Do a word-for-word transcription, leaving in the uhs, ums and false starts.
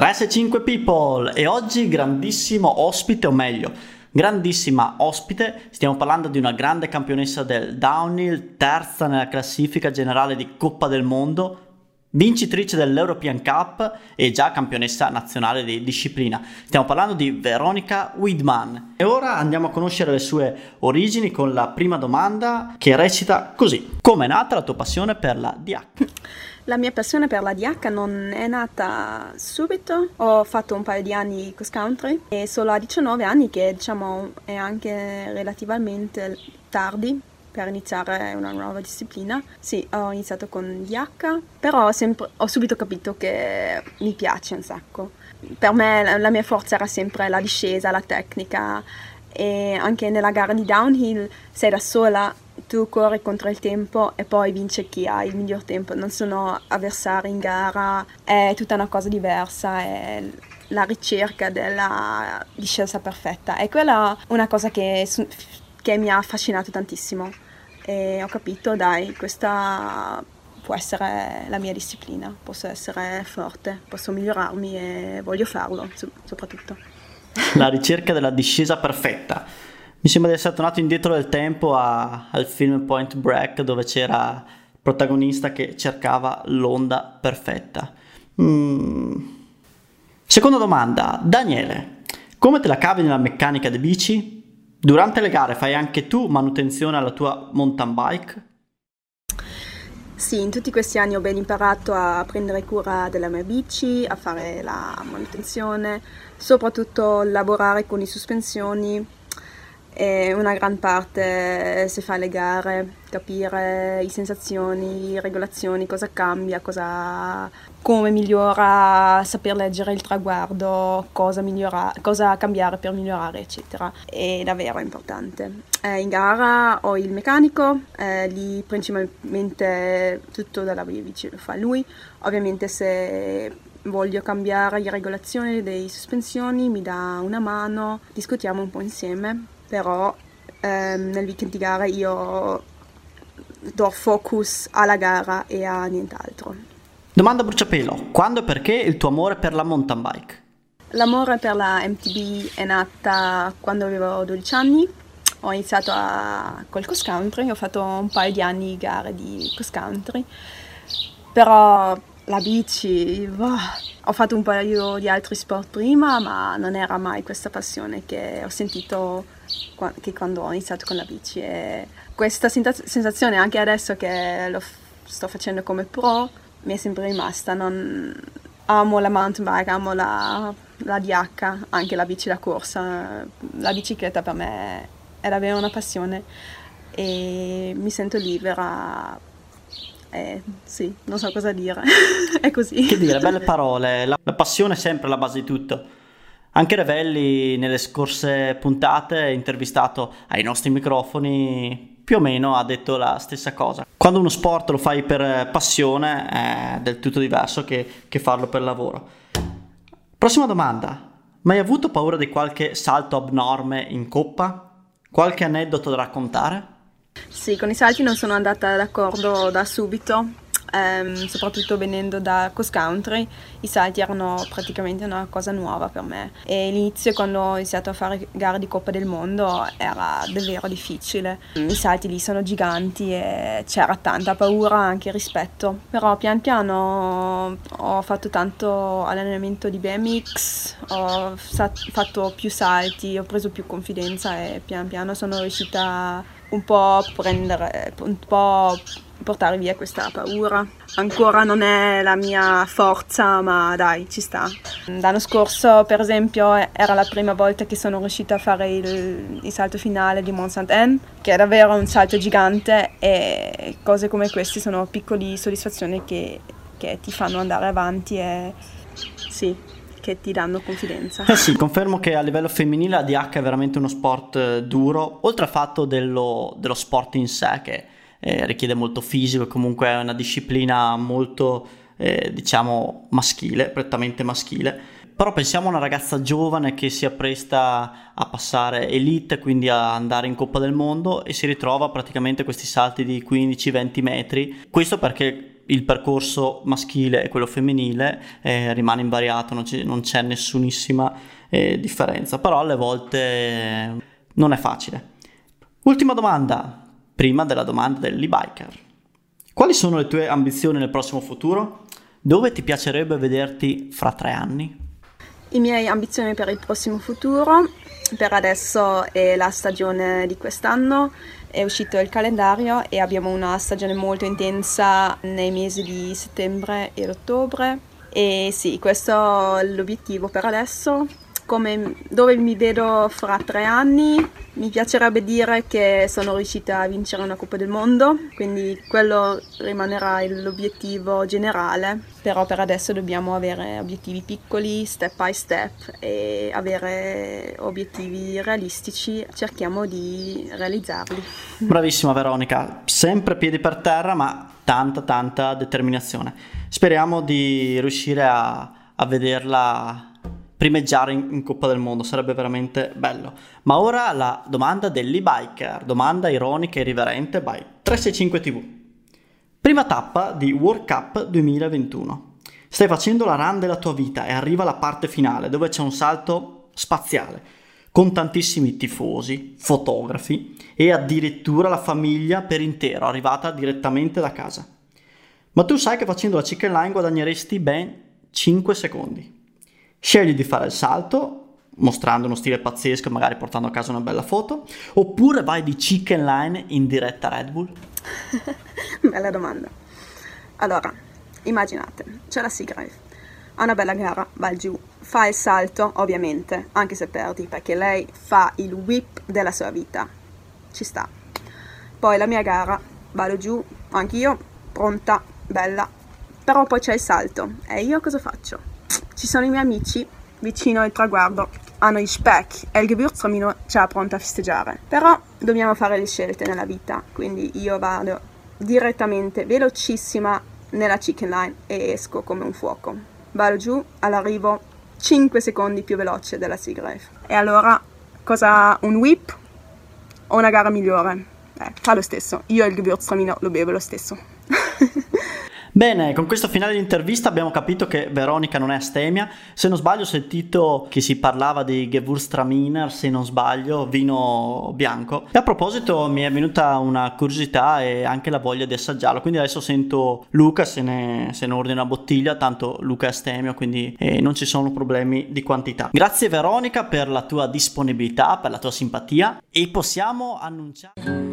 tre sei cinque people e oggi grandissimo ospite, o meglio, grandissima ospite. Stiamo parlando di una grande campionessa del downhill, terza nella classifica generale di Coppa del Mondo, vincitrice dell'European Cup e già campionessa nazionale di disciplina. Stiamo parlando di Veronika Wiedmann. E ora andiamo a conoscere le sue origini con la prima domanda, che recita così: come è nata la tua passione per la D H? La mia passione per la D H non è nata subito. Ho fatto un paio di anni di cross country e solo a diciannove anni, che diciamo è anche relativamente tardi per iniziare una nuova disciplina. Sì, ho iniziato con D H, però ho, sempre, ho subito capito che mi piace un sacco. Per me la, la mia forza era sempre la discesa, la tecnica, e anche nella gara di downhill sei da sola, tu corri contro il tempo e poi vince chi ha il miglior tempo, non sono avversari in gara, è tutta una cosa diversa, è la ricerca della discesa perfetta. E quella è una cosa che, che mi ha affascinato tantissimo e ho capito, dai, questa può essere la mia disciplina, posso essere forte, posso migliorarmi e voglio farlo soprattutto. La ricerca della discesa perfetta. Mi sembra di essere tornato indietro nel tempo a, al film Point Break, dove c'era il protagonista che cercava l'onda perfetta. Mm. Seconda domanda, Daniele, come te la cavi nella meccanica di bici? Durante le gare fai anche tu manutenzione alla tua mountain bike? Sì, in tutti questi anni ho ben imparato a prendere cura della mia bici, a fare la manutenzione, soprattutto lavorare con le sospensioni. E una gran parte se fa le gare, capire le sensazioni, le regolazioni, cosa cambia, cosa, come migliora, saper leggere il traguardo, cosa, migliora, cosa cambiare per migliorare, eccetera. È davvero importante. Eh, in gara ho il meccanico, eh, lì principalmente tutto dalla bici lo fa lui. Ovviamente se voglio cambiare le regolazioni delle sospensioni mi dà una mano, discutiamo un po' insieme. Però ehm, nel weekend di gara io do focus alla gara e a nient'altro. Domanda a bruciapelo, quando e perché il tuo amore per la mountain bike? L'amore per la M T B è nata quando avevo dodici anni. Ho iniziato a, col cross country, ho fatto un paio di anni di gare di cross country, però la bici, wow. Ho fatto un paio di altri sport prima, ma non era mai questa passione che ho sentito che quando ho iniziato con la bici. E questa sensazione anche adesso che lo sto facendo come pro mi è sempre rimasta. Non... Amo la mountain bike, amo la, la D H, anche la bici da corsa. La bicicletta per me è davvero una passione e mi sento libera. Eh, sì, non so cosa dire, è così. Che dire, belle parole, la, la passione è sempre la base di tutto. Anche Revelli nelle scorse puntate, intervistato ai nostri microfoni, più o meno ha detto la stessa cosa. Quando uno sport lo fai per passione è del tutto diverso che, che farlo per lavoro. Prossima domanda, mai avuto paura di qualche salto abnorme in coppa? Qualche aneddoto da raccontare? Sì, con i salti non sono andata d'accordo da subito, ehm, soprattutto venendo da cross country. I salti erano praticamente una cosa nuova per me e l'inizio, quando ho iniziato a fare gare di Coppa del Mondo, era davvero difficile. I salti lì sono giganti e c'era tanta paura, anche rispetto, però pian piano ho fatto tanto allenamento di B M X, ho fatto più salti, ho preso più confidenza e pian piano sono riuscita un po' prendere, un po' portare via questa paura. Ancora non è la mia forza, ma dai, ci sta. L'anno scorso, per esempio, era la prima volta che sono riuscita a fare il, il salto finale di Mont Saint-Anne, che è davvero un salto gigante, e cose come queste sono piccole soddisfazioni che, che ti fanno andare avanti e sì, che ti danno confidenza. Eh sì, confermo che a livello femminile la D H è veramente uno sport eh, duro, oltre al fatto dello, dello sport in sé, che eh, richiede molto fisico e comunque è una disciplina molto, eh, diciamo, maschile, prettamente maschile. Però pensiamo a una ragazza giovane che si appresta a passare elite, quindi a andare in Coppa del Mondo, e si ritrova praticamente questi salti di quindici venti metri. Questo perché il percorso maschile e quello femminile eh, rimane invariato, non, ci, non c'è nessunissima eh, differenza, però alle volte eh, non è facile. Ultima domanda, prima della domanda dell'e-biker. Quali sono le tue ambizioni nel prossimo futuro? Dove ti piacerebbe vederti fra tre anni? Le mie ambizioni per il prossimo futuro, per adesso è la stagione di quest'anno, è uscito il calendario e abbiamo una stagione molto intensa nei mesi di settembre e ottobre e sì, questo è l'obiettivo per adesso. Come, dove mi vedo fra tre anni, mi piacerebbe dire che sono riuscita a vincere una Coppa del Mondo, quindi quello rimanerà l'obiettivo generale, però per adesso dobbiamo avere obiettivi piccoli, step by step, e avere obiettivi realistici, cerchiamo di realizzarli. Bravissima Veronica, sempre piedi per terra ma tanta tanta determinazione. Speriamo di riuscire a, a vederla primeggiare in, in Coppa del Mondo, sarebbe veramente bello. Ma ora la domanda dell'e-biker, domanda ironica e irriverente by trecentosessantacinque tivù. Prima tappa di World Cup duemilaventuno. Stai facendo la run della tua vita e arriva la parte finale dove c'è un salto spaziale con tantissimi tifosi, fotografi e addirittura la famiglia per intero arrivata direttamente da casa. Ma tu sai che facendo la chicken line guadagneresti ben cinque secondi. Scegli di fare il salto, mostrando uno stile pazzesco e magari portando a casa una bella foto, oppure vai di chicken line in diretta Red Bull? Bella domanda. Allora, immaginate, c'è la Seagrave, ha una bella gara, va giù, fa il salto, ovviamente, anche se perdi, perché lei fa il whip della sua vita, ci sta. Poi la mia gara, vado giù, anch'io, pronta, bella, però poi c'è il salto, e io cosa faccio? Ci sono i miei amici vicino al traguardo, hanno il Speck e il Gewürztraminer già pronto a festeggiare. Però dobbiamo fare le scelte nella vita, quindi io vado direttamente, velocissima, nella chicken line e esco come un fuoco. Vado giù, all'arrivo cinque secondi più veloce della Seagrave. E allora, cosa, un whip o una gara migliore? Eh, fa lo stesso, io il Gewürztraminer lo bevo lo stesso. Bene, con questo finale di intervista abbiamo capito che Veronica non è astemia. Se non sbaglio ho sentito che si parlava di Gewürztraminer, se non sbaglio, vino bianco. E a proposito mi è venuta una curiosità e anche la voglia di assaggiarlo, quindi adesso sento Luca se ne, se ne ordina una bottiglia, tanto Luca è astemio, quindi eh, non ci sono problemi di quantità. Grazie Veronica per la tua disponibilità, per la tua simpatia e possiamo annunciare...